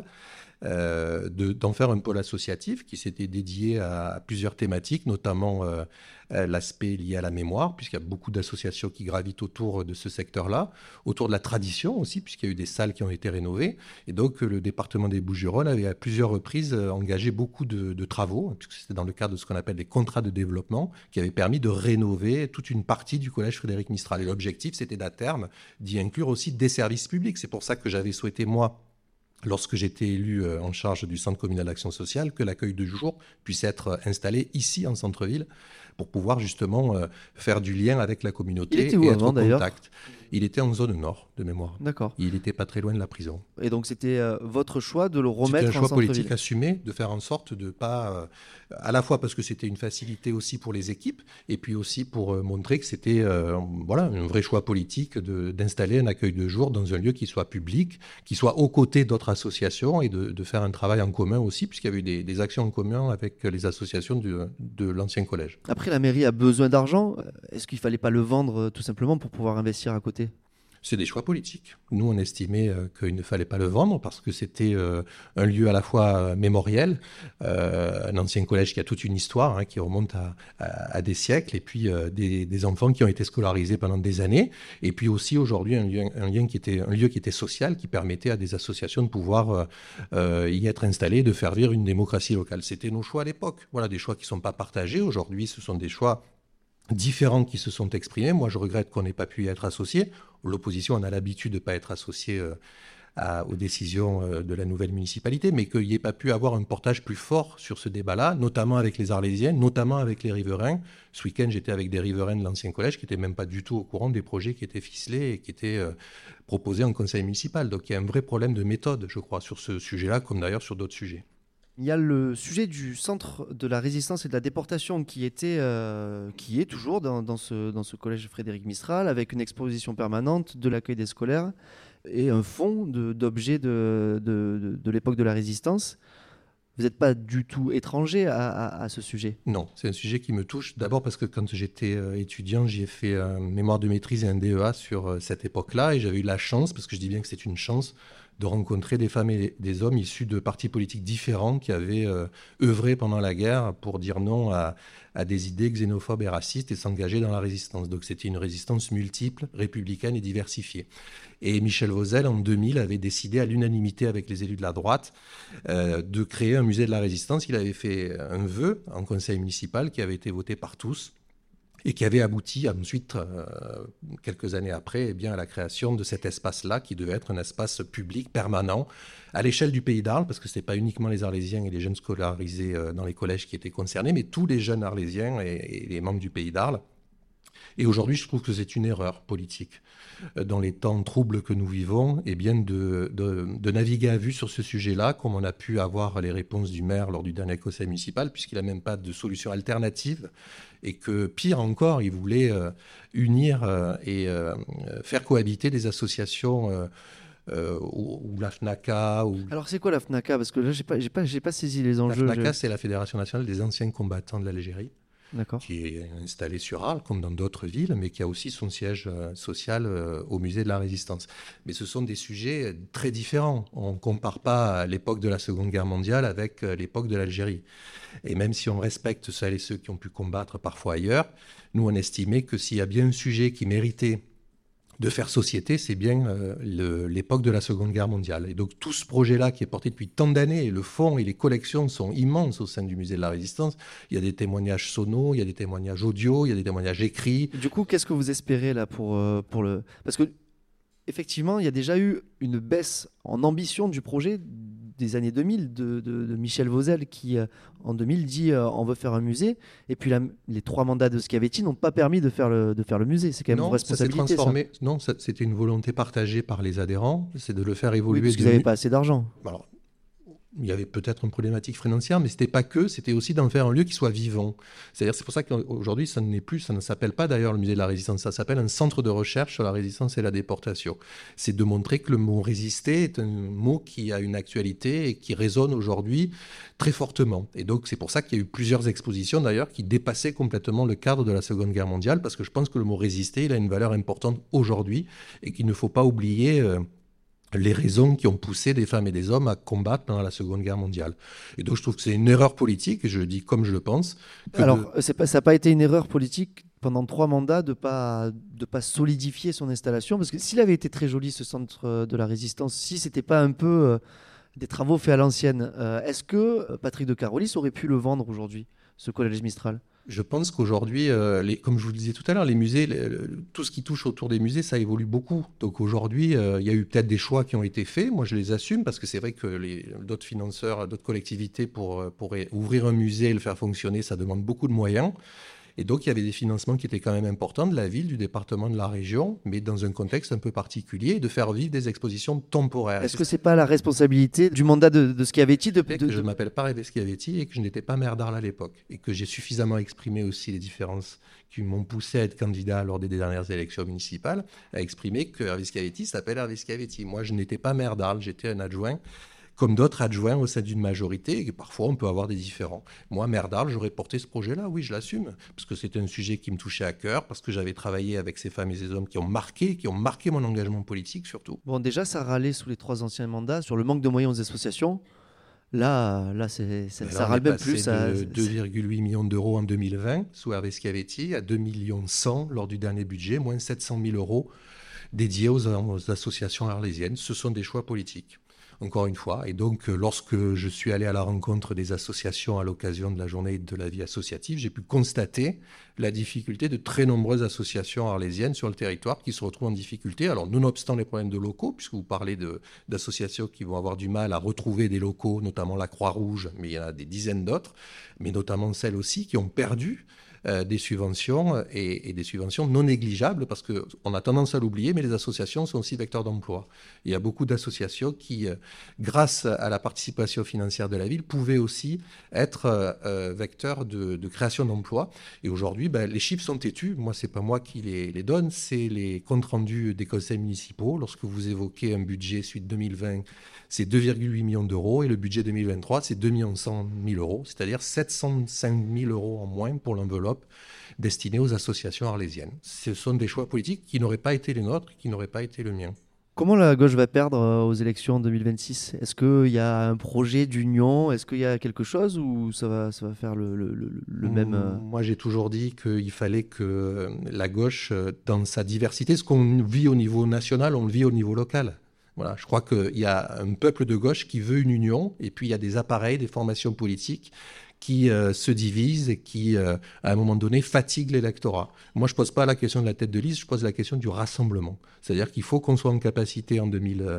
d'en faire un pôle associatif qui s'était dédié à plusieurs thématiques, notamment l'aspect lié à la mémoire, puisqu'il y a beaucoup d'associations qui gravitent autour de ce secteur-là, autour de la tradition aussi, puisqu'il y a eu des salles qui ont été rénovées. Et donc, le département des Bouches-du-Rhône avait à plusieurs reprises engagé beaucoup de travaux, puisque c'était dans le cadre de ce qu'on appelle des contrats de développement, qui avaient permis de rénover toute une partie du collège Frédéric Mistral. Et l'objectif, c'était d'à terme d'y inclure aussi des services publics. C'est pour ça que j'avais souhaité, moi, lorsque j'étais élu en charge du Centre communal d'action sociale, que l'accueil de jour puisse être installé ici en centre-ville pour pouvoir justement faire du lien avec la communauté et être en contact. Il était en zone nord, de mémoire. D'accord. Il n'était pas très loin de la prison. Et donc c'était votre choix de le remettre en centre-ville. C'était un choix politique assumé, de faire en sorte de pas... à la fois parce que c'était une facilité aussi pour les équipes, et puis aussi pour montrer que c'était un vrai choix politique d'installer un accueil de jour dans un lieu qui soit public, qui soit aux côtés d'autres associations, et de faire un travail en commun aussi, puisqu'il y avait eu des actions en commun avec les associations de l'ancien collège. Après, la mairie a besoin d'argent. Est-ce qu'il ne fallait pas le vendre tout simplement pour pouvoir investir à côté ? C'est des choix politiques. Nous, on estimait qu'il ne fallait pas le vendre parce que c'était un lieu à la fois mémoriel, un ancien collège qui a toute une histoire, qui remonte à des siècles, et puis des enfants qui ont été scolarisés pendant des années, et puis aussi aujourd'hui un lieu qui était social, qui permettait à des associations de pouvoir y être installées, de faire vivre une démocratie locale. C'était nos choix à l'époque. Voilà, des choix qui ne sont pas partagés. Aujourd'hui, ce sont des choix différents qui se sont exprimés. Moi, je regrette qu'on n'ait pas pu y être associé. L'opposition, on a l'habitude de ne pas être associé aux décisions de la nouvelle municipalité, mais qu'il n'y ait pas pu avoir un portage plus fort sur ce débat-là, notamment avec les Arlésiens, notamment avec les riverains. Ce week-end, j'étais avec des riverains de l'ancien collège qui n'étaient même pas du tout au courant des projets qui étaient ficelés et qui étaient proposés en conseil municipal. Donc il y a un vrai problème de méthode, je crois, sur ce sujet-là, comme d'ailleurs sur d'autres sujets. Il y a le sujet du centre de la résistance et de la déportation qui est toujours dans ce collège Frédéric Mistral, avec une exposition permanente de l'accueil des scolaires et un fonds d'objets de l'époque de la résistance. Vous n'êtes pas du tout étranger à ce sujet ? Non, c'est un sujet qui me touche. D'abord parce que quand j'étais étudiant, j'y ai fait un mémoire de maîtrise et un DEA sur cette époque-là, et j'avais eu la chance, parce que je dis bien que c'est une chance, de rencontrer des femmes et des hommes issus de partis politiques différents qui avaient œuvré pendant la guerre pour dire non à des idées xénophobes et racistes et s'engager dans la résistance. Donc c'était une résistance multiple, républicaine et diversifiée. Et Michel Vauzel, en 2000, avait décidé à l'unanimité avec les élus de la droite de créer un musée de la résistance. Il avait fait un vœu en conseil municipal qui avait été voté par tous, et qui avait abouti ensuite, quelques années après, à la création de cet espace-là, qui devait être un espace public permanent à l'échelle du Pays d'Arles, parce que ce n'était pas uniquement les Arlésiens et les jeunes scolarisés dans les collèges qui étaient concernés, mais tous les jeunes Arlésiens et les membres du Pays d'Arles. Et aujourd'hui, je trouve que c'est une erreur politique. Dans les temps troubles que nous vivons, de naviguer à vue sur ce sujet-là, comme on a pu avoir les réponses du maire lors du dernier conseil municipal, puisqu'il n'a même pas de solution alternative, et que, pire encore, il voulait unir et faire cohabiter des associations ou la FNACA. Alors, c'est quoi la FNACA ? Parce que là, j'ai pas saisi les enjeux. La FNACA, c'est la Fédération nationale des anciens combattants de l'Algérie. D'accord. Qui est installé sur Arles, comme dans d'autres villes, mais qui a aussi son siège social au musée de la Résistance. Mais ce sont des sujets très différents. On ne compare pas l'époque de la Seconde Guerre mondiale avec l'époque de l'Algérie. Et même si on respecte celles et ceux qui ont pu combattre parfois ailleurs, nous, on estimait que s'il y a bien un sujet qui méritait de faire société, c'est bien l'époque de la Seconde Guerre mondiale. Et donc tout ce projet-là qui est porté depuis tant d'années, et le fonds et les collections sont immenses au sein du musée de la Résistance. Il y a des témoignages sonores, il y a des témoignages audio, il y a des témoignages écrits. Du coup, qu'est-ce que vous espérez là pour le... Parce que effectivement, il y a déjà eu une baisse en ambition du projet des années 2000 de Michel Vauzel qui, en 2000, dit on veut faire un musée. Et puis les 3 mandats de Schiavetti n'ont pas permis de faire le musée. C'est quand même une responsabilité. Ça s'est transformé. Non, c'était une volonté partagée par les adhérents. C'est de le faire évoluer. Oui, parce qu'ils n'avaient pas assez d'argent. Alors, il y avait peut-être une problématique financière, mais c'était pas que, c'était aussi d'en faire un lieu qui soit vivant. C'est-à-dire, c'est pour ça qu'aujourd'hui, ça ne s'appelle pas d'ailleurs le musée de la résistance, ça s'appelle un centre de recherche sur la résistance et la déportation. C'est de montrer que le mot résister est un mot qui a une actualité et qui résonne aujourd'hui très fortement. Et donc, c'est pour ça qu'il y a eu plusieurs expositions d'ailleurs qui dépassaient complètement le cadre de la Seconde Guerre mondiale, parce que je pense que le mot résister, il a une valeur importante aujourd'hui et qu'il ne faut pas oublier les raisons qui ont poussé des femmes et des hommes à combattre pendant la Seconde Guerre mondiale. Et donc je trouve que c'est une erreur politique, et je le dis comme je le pense. Alors, ça n'a pas été une erreur politique pendant 3 mandats de pas solidifier son installation, parce que s'il avait été très joli ce centre de la résistance, si c'était pas un peu des travaux faits à l'ancienne, est-ce que Patrick de Carolis aurait pu le vendre aujourd'hui, ce collège Mistral ? Je pense qu'aujourd'hui, comme je vous le disais tout à l'heure, les musées, tout ce qui touche autour des musées, ça évolue beaucoup. Donc aujourd'hui, il y a eu peut-être des choix qui ont été faits. Moi, je les assume parce que c'est vrai que d'autres financeurs, d'autres collectivités, pour ouvrir un musée et le faire fonctionner, ça demande beaucoup de moyens. Et donc, il y avait des financements qui étaient quand même importants de la ville, du département, de la région, mais dans un contexte un peu particulier, de faire vivre des expositions temporaires. Est-ce que ce n'est pas la responsabilité du mandat de Schiavetti Je ne m'appelle pas Révé Schiavetti et que je n'étais pas maire d'Arles à l'époque. Et que j'ai suffisamment exprimé aussi les différences qui m'ont poussé à être candidat lors des dernières élections municipales, à exprimer que Révé Schiavetti s'appelle Révé Schiavetti. Moi, je n'étais pas maire d'Arles, j'étais un adjoint, comme d'autres adjoints au sein d'une majorité, et parfois on peut avoir des différends. Moi, maire d'Arles, j'aurais porté ce projet-là, oui, je l'assume, parce que c'était un sujet qui me touchait à cœur, parce que j'avais travaillé avec ces femmes et ces hommes qui ont marqué mon engagement politique surtout. Bon, déjà, ça râlait sous les 3 anciens mandats sur le manque de moyens aux associations. Là, ça râle même plus. De 2,8 millions d'euros en 2020 sous Hervé Schiavetti à 2,1 millions lors du dernier budget, moins 700 000 euros dédiés aux associations arlésiennes. Ce sont des choix politiques. Encore une fois. Et donc, lorsque je suis allé à la rencontre des associations à l'occasion de la journée de la vie associative, j'ai pu constater la difficulté de très nombreuses associations arlésiennes sur le territoire qui se retrouvent en difficulté. Alors, nonobstant les problèmes de locaux, puisque vous parlez d'associations qui vont avoir du mal à retrouver des locaux, notamment la Croix-Rouge, mais il y en a des dizaines d'autres, mais notamment celles aussi qui ont perdu des subventions et des subventions non négligeables parce qu'on a tendance à l'oublier, mais les associations sont aussi vecteurs d'emploi. Il y a beaucoup d'associations qui, grâce à la participation financière de la ville, pouvaient aussi être vecteurs de création d'emplois. Et aujourd'hui, les chiffres sont têtus. Moi, ce n'est pas moi qui les donne, c'est les comptes rendus des conseils municipaux. Lorsque vous évoquez un budget suite 2020, c'est 2,8 millions d'euros et le budget 2023, c'est 2 100 000 euros, c'est-à-dire 705 000 euros en moins pour l'enveloppe destinée aux associations arlésiennes. Ce sont des choix politiques qui n'auraient pas été les nôtres, qui n'auraient pas été le mien. Comment la gauche va perdre aux élections en 2026 ? Est-ce qu'il y a un projet d'union ? Est-ce qu'il y a quelque chose ou ça va faire le même... Moi, j'ai toujours dit qu'il fallait que la gauche, dans sa diversité, ce qu'on vit au niveau national, on le vit au niveau local. Voilà, je crois qu'il y a un peuple de gauche qui veut une union, et puis il y a des appareils, des formations politiques qui se divisent et qui, à un moment donné, fatiguent l'électorat. Moi, je ne pose pas la question de la tête de liste, je pose la question du rassemblement. C'est-à-dire qu'il faut qu'on soit en capacité en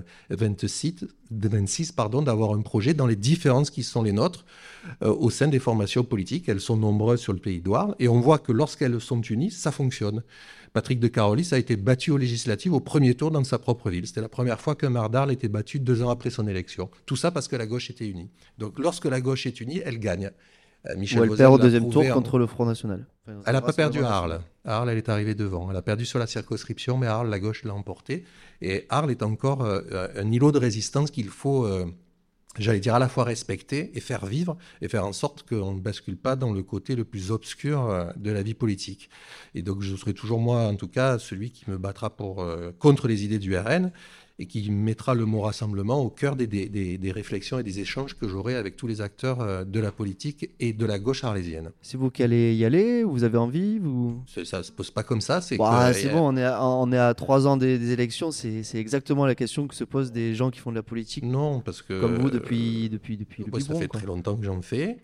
2026 d'avoir un projet dans les différences qui sont les nôtres au sein des formations politiques. Elles sont nombreuses sur le pays d'Arles, et on voit que lorsqu'elles sont unies, ça fonctionne. Patrick de Carolis a été battu aux législatives au premier tour dans sa propre ville. C'était la première fois qu'un maire d'Arles était battu 2 ans après son élection. Tout ça parce que la gauche était unie. Donc lorsque la gauche est unie, elle gagne. Ou elle perd au deuxième tour contre le Front National. Enfin, elle n'a pas perdu à Arles. Arles, elle est arrivée devant. Elle a perdu sur la circonscription, mais à Arles, la gauche l'a emporté. Et Arles est encore un îlot de résistance qu'il faut... j'allais dire à la fois respecter et faire vivre et faire en sorte qu'on ne bascule pas dans le côté le plus obscur de la vie politique. Et donc je serai toujours moi, en tout cas, celui qui me battra contre les idées du RN et qui mettra le mot rassemblement au cœur des réflexions et des échanges que j'aurai avec tous les acteurs de la politique et de la gauche arlésienne. C'est vous qui allez y aller ? Vous avez envie ? Ça ne se pose pas comme ça. C'est bon, on est à 3 ans des élections, c'est exactement la question que se posent des gens qui font de la politique. Non, parce que... Comme vous depuis le biberon. Ça fait très longtemps que j'en fais.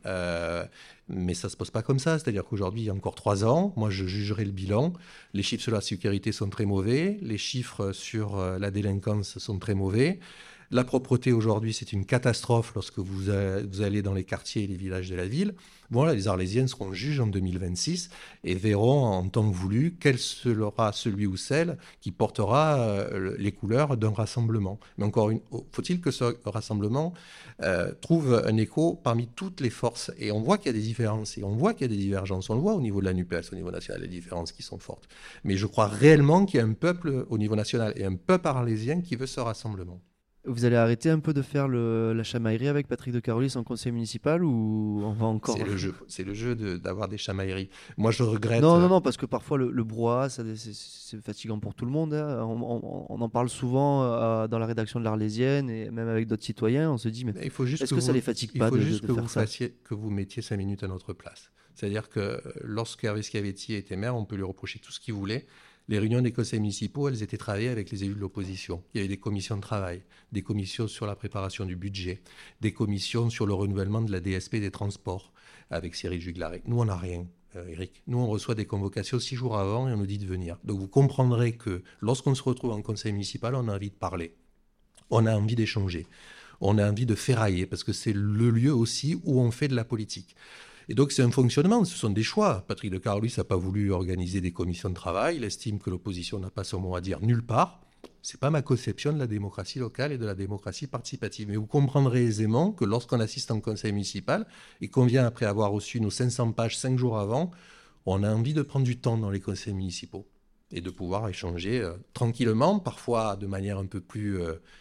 Mais ça ne se pose pas comme ça. C'est-à-dire qu'aujourd'hui, il y a encore 3 ans, moi je jugerai le bilan. Les chiffres sur la sécurité sont très mauvais. Les chiffres sur la délinquance sont très mauvais. La propreté aujourd'hui, c'est une catastrophe lorsque vous allez dans les quartiers et les villages de la ville. Voilà, les Arlésiennes seront juges en 2026 et verront en temps voulu quel sera celui ou celle qui portera les couleurs d'un rassemblement. Mais faut-il que ce rassemblement trouve un écho parmi toutes les forces. Et on voit qu'il y a des différences et on voit qu'il y a des divergences. On le voit au niveau de la NUPES, au niveau national, les différences qui sont fortes. Mais je crois réellement qu'il y a un peuple au niveau national et un peuple arlésien qui veut ce rassemblement. Vous allez arrêter un peu de faire la chamaillerie avec Patrick de Carolis en conseil municipal ou on va encore... C'est le jeu d'avoir des chamailleries. Moi, je regrette... Non, parce que parfois le brouhaha, c'est fatigant pour tout le monde. Hein. On en parle souvent dans la rédaction de l'Arlésienne et même avec d'autres citoyens. On se dit, mais est-ce que ça les fatigue pas de faire ça ? Que vous mettiez 5 minutes à notre place. C'est-à-dire que lorsque Hervé Schiavetti était maire, on peut lui reprocher tout ce qu'il voulait. Les réunions des conseils municipaux, elles étaient travaillées avec les élus de l'opposition. Il y avait des commissions de travail, des commissions sur la préparation du budget, des commissions sur le renouvellement de la DSP des transports avec Cyril Juglarek. Nous, on n'a rien, Eric. Nous, on reçoit des convocations 6 jours avant et on nous dit de venir. Donc, vous comprendrez que lorsqu'on se retrouve en conseil municipal, on a envie de parler. On a envie d'échanger. On a envie de ferrailler parce que c'est le lieu aussi où on fait de la politique. Et donc, c'est un fonctionnement, ce sont des choix. Patrick de Carolis n'a pas voulu organiser des commissions de travail. Il estime que l'opposition n'a pas son mot à dire nulle part. Ce n'est pas ma conception de la démocratie locale et de la démocratie participative. Mais vous comprendrez aisément que lorsqu'on assiste en conseil municipal et qu'on vient après avoir reçu nos 500 pages 5 jours avant, on a envie de prendre du temps dans les conseils municipaux et de pouvoir échanger tranquillement, parfois de manière un peu plus...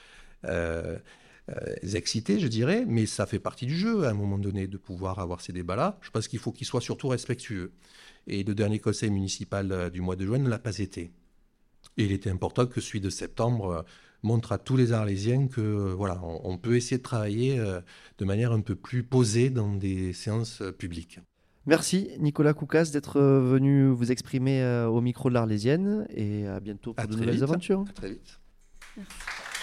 excités, je dirais, mais ça fait partie du jeu à un moment donné de pouvoir avoir ces débats-là. Je pense qu'il faut qu'ils soient surtout respectueux. Et le dernier conseil municipal du mois de juin ne l'a pas été. Et il était important que celui de septembre montre à tous les Arlésiens que voilà, on peut essayer de travailler de manière un peu plus posée dans des séances publiques. Merci Nicolas Koukas d'être venu vous exprimer au micro de l'Arlésienne et à bientôt pour de nouvelles aventures. À très vite. Merci.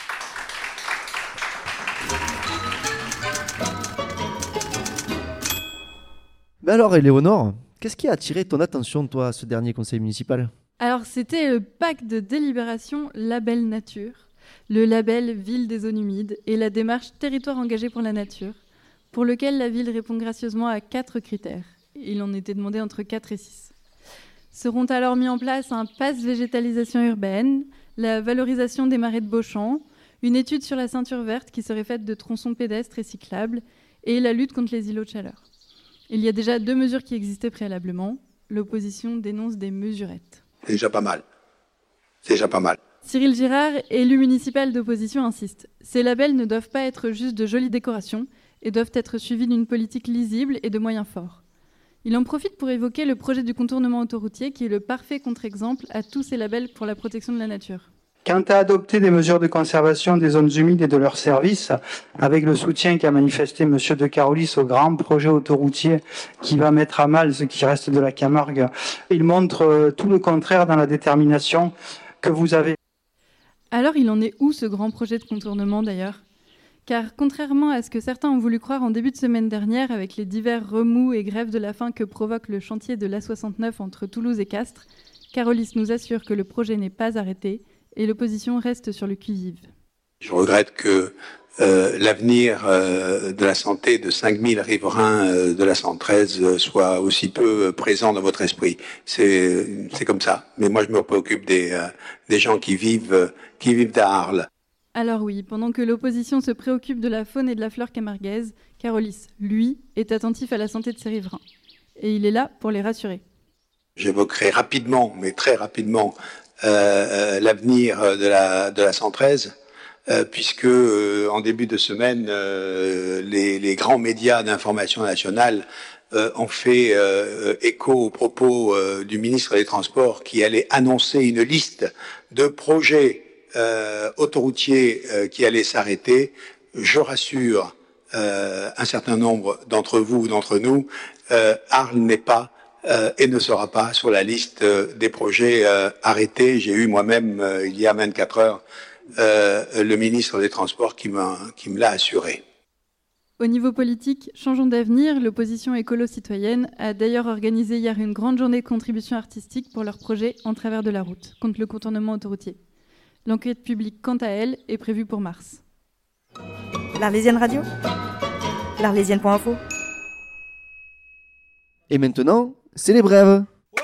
Ben alors, Éléonore, qu'est-ce qui a attiré ton attention, toi, à ce dernier conseil municipal ? Alors, c'était le pacte de délibération Label Nature, le label Ville des zones humides et la démarche Territoire engagé pour la nature, pour lequel la ville répond gracieusement à 4 critères. Il en était demandé entre 4 et 6. Seront alors mis en place un pass végétalisation urbaine, la valorisation des marais de Beauchamp, une étude sur la ceinture verte qui serait faite de tronçons pédestres et cyclables, et la lutte contre les îlots de chaleur. Il y a déjà 2 mesures qui existaient préalablement. L'opposition dénonce des mesurettes. C'est déjà pas mal. C'est déjà pas mal. Cyril Girard, élu municipal d'opposition, insiste. Ces labels ne doivent pas être juste de jolies décorations et doivent être suivis d'une politique lisible et de moyens forts. Il en profite pour évoquer le projet du contournement autoroutier qui est le parfait contre-exemple à tous ces labels pour la protection de la nature. Quant à adopter des mesures de conservation des zones humides et de leurs services, avec le soutien qu'a manifesté M. de Carolis au grand projet autoroutier qui va mettre à mal ce qui reste de la Camargue, il montre tout le contraire dans la détermination que vous avez. Alors il en est où ce grand projet de contournement d'ailleurs ? Car contrairement à ce que certains ont voulu croire en début de semaine dernière avec les divers remous et grèves de la faim que provoque le chantier de l'A69 entre Toulouse et Castres, Carolis nous assure que le projet n'est pas arrêté et l'opposition reste sur le qui-vive. Je regrette que l'avenir de la santé de 5000 riverains de la 113 soit aussi peu présent dans votre esprit. C'est comme ça. Mais moi, je me préoccupe des gens qui vivent à Arles. Alors oui, pendant que l'opposition se préoccupe de la faune et de la flore camarguaise, Carolis, lui, est attentif à la santé de ses riverains. Et il est là pour les rassurer. J'évoquerai rapidement, mais très rapidement, l'avenir de la 113, puisque en début de semaine, les grands médias d'information nationale ont fait écho aux propos du ministre des Transports qui allait annoncer une liste de projets autoroutiers qui allaient s'arrêter. Je rassure un certain nombre d'entre vous ou d'entre nous, Arles n'est pas et ne sera pas sur la liste des projets arrêtés. J'ai eu moi-même, il y a 24 heures, le ministre des Transports qui me l'a assuré. Au niveau politique, Changeons d'avenir, l'opposition écolo-citoyenne, a d'ailleurs organisé hier une grande journée de contribution artistique pour leur projet En travers de la route, contre le contournement autoroutier. L'enquête publique, quant à elle, est prévue pour mars. L'Arlésienne Radio, l'Arlésienne.info. Et maintenant, c'est les brèves.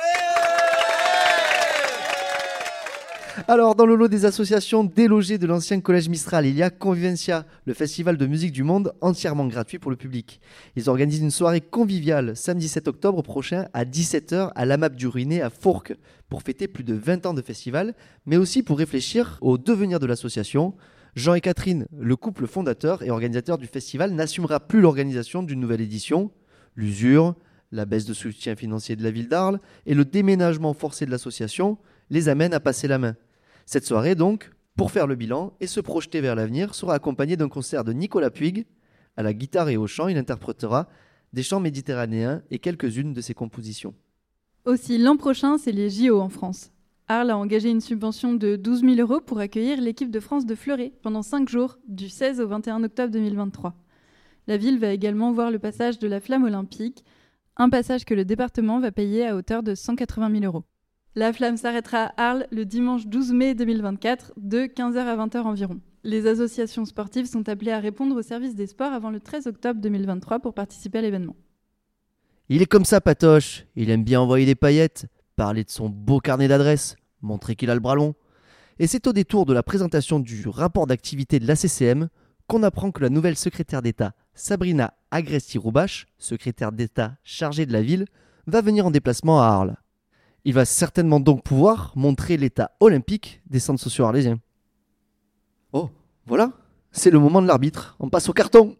Alors, dans le lot des associations délogées de l'ancien collège Mistral, il y a Convivencia, le festival de musique du monde entièrement gratuit pour le public. Ils organisent une soirée conviviale samedi 7 octobre prochain à 17h à l'AMAP du Ruiné à Fourques pour fêter plus de 20 ans de festival, mais aussi pour réfléchir au devenir de l'association. Jean et Catherine, le couple fondateur et organisateur du festival, n'assumera plus l'organisation d'une nouvelle édition. L'usure, la baisse de soutien financier de la ville d'Arles et le déménagement forcé de l'association les amènent à passer la main. Cette soirée, donc, pour faire le bilan et se projeter vers l'avenir, sera accompagnée d'un concert de Nicolas Puig. À la guitare et au chant, il interprétera des chants méditerranéens et quelques-unes de ses compositions. Aussi, l'an prochain, c'est les JO en France. Arles a engagé une subvention de 12 000 € pour accueillir l'équipe de France de fleuret pendant 5 jours, du 16 au 21 octobre 2023. La ville va également voir le passage de la flamme olympique, un passage que le département va payer à hauteur de 180 000 €. La flamme s'arrêtera à Arles le dimanche 12 mai 2024, de 15h à 20h environ. Les associations sportives sont appelées à répondre au service des sports avant le 13 octobre 2023 pour participer à l'événement. Il est comme ça, Patoche. Il aime bien envoyer des paillettes, parler de son beau carnet d'adresses, montrer qu'il a le bras long. Et c'est au détour de la présentation du rapport d'activité de l'ACCM qu'on apprend que la nouvelle secrétaire d'État, Sabrina Agresti-Roubache, secrétaire d'État chargée de la ville, va venir en déplacement à Arles. Il va certainement donc pouvoir montrer l'état olympique des centres sociaux arlésiens. Oh, voilà, c'est le moment de l'arbitre. On passe au carton.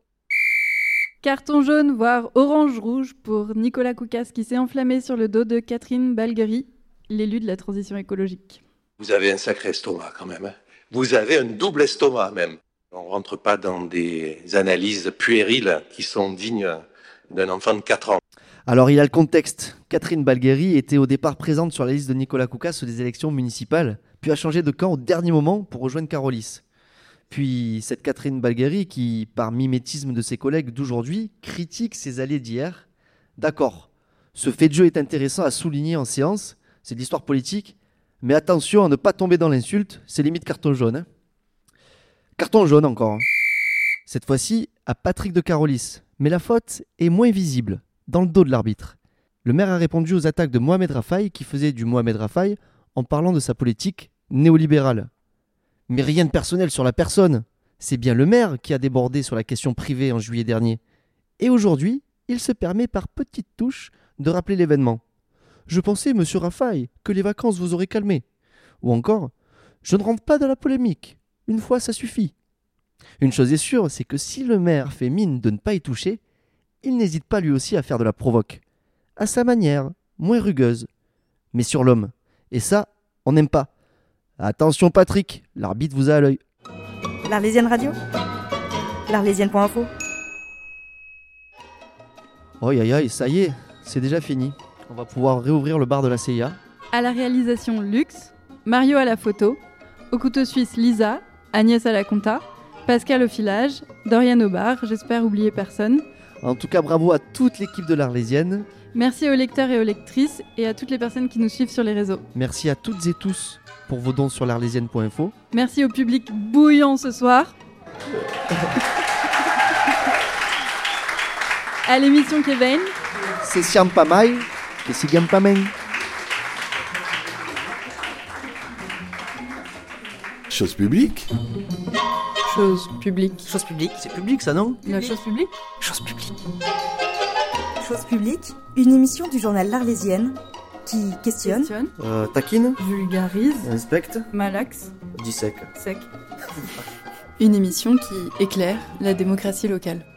Carton jaune, voire orange-rouge pour Nicolas Koukas qui s'est enflammé sur le dos de Catherine Balguerie, l'élu de la transition écologique. Vous avez un sacré estomac quand même. Vous avez un double estomac même. On ne rentre pas dans des analyses puériles qui sont dignes d'un enfant de 4 ans. Alors il a le contexte. Catherine Balguerie était au départ présente sur la liste de Nicolas Koukas des élections municipales, puis a changé de camp au dernier moment pour rejoindre Carolis. Puis cette Catherine Balguerie qui, par mimétisme de ses collègues d'aujourd'hui, critique ses alliés d'hier. D'accord, ce fait de jeu est intéressant à souligner en séance, c'est de l'histoire politique, mais attention à ne pas tomber dans l'insulte, c'est limite carton jaune. Hein. Carton jaune encore. Cette fois-ci à Patrick de Carolis, mais la faute est moins visible. Dans le dos de l'arbitre. Le maire a répondu aux attaques de Mohamed Raffaï qui faisait du Mohamed Raffaï en parlant de sa politique néolibérale. Mais rien de personnel sur la personne. C'est bien le maire qui a débordé sur la question privée en juillet dernier. Et aujourd'hui, il se permet par petites touches de rappeler l'événement. Je pensais, monsieur Raffaï, que les vacances vous auraient calmé. Ou encore, je ne rentre pas dans la polémique. Une fois, ça suffit. Une chose est sûre, c'est que si le maire fait mine de ne pas y toucher, il n'hésite pas lui aussi à faire de la provoque. À sa manière, moins rugueuse, mais sur l'homme. Et ça, on n'aime pas. Attention Patrick, l'arbitre vous a à l'œil. L'Arlésienne Radio, l'Arlésienne.info. Aïe aïe aïe, ça y est, c'est déjà fini. On va pouvoir réouvrir le bar de la CIA. À la réalisation Lux, Mario à la photo, au couteau suisse Lisa, Agnès à la compta, Pascal au filage, Dorian au bar, j'espère oublier personne. En tout cas, bravo à toute l'équipe de l'Arlésienne. Merci aux lecteurs et aux lectrices et à toutes les personnes qui nous suivent sur les réseaux. Merci à toutes et tous pour vos dons sur l'arlésienne.info. Merci au public bouillant ce soir. À l'émission Kevin. C'est siam pas mal, que c'est bien pas mal. Chose publique. Chose publique. Chose publique, c'est public ça, non? La chose publique. Chose publique. Chose publique, une émission du journal L'Arlésienne qui questionne, Taquine, vulgarise, inspecte, malaxe, dissèque. sec. Une émission qui éclaire la démocratie locale.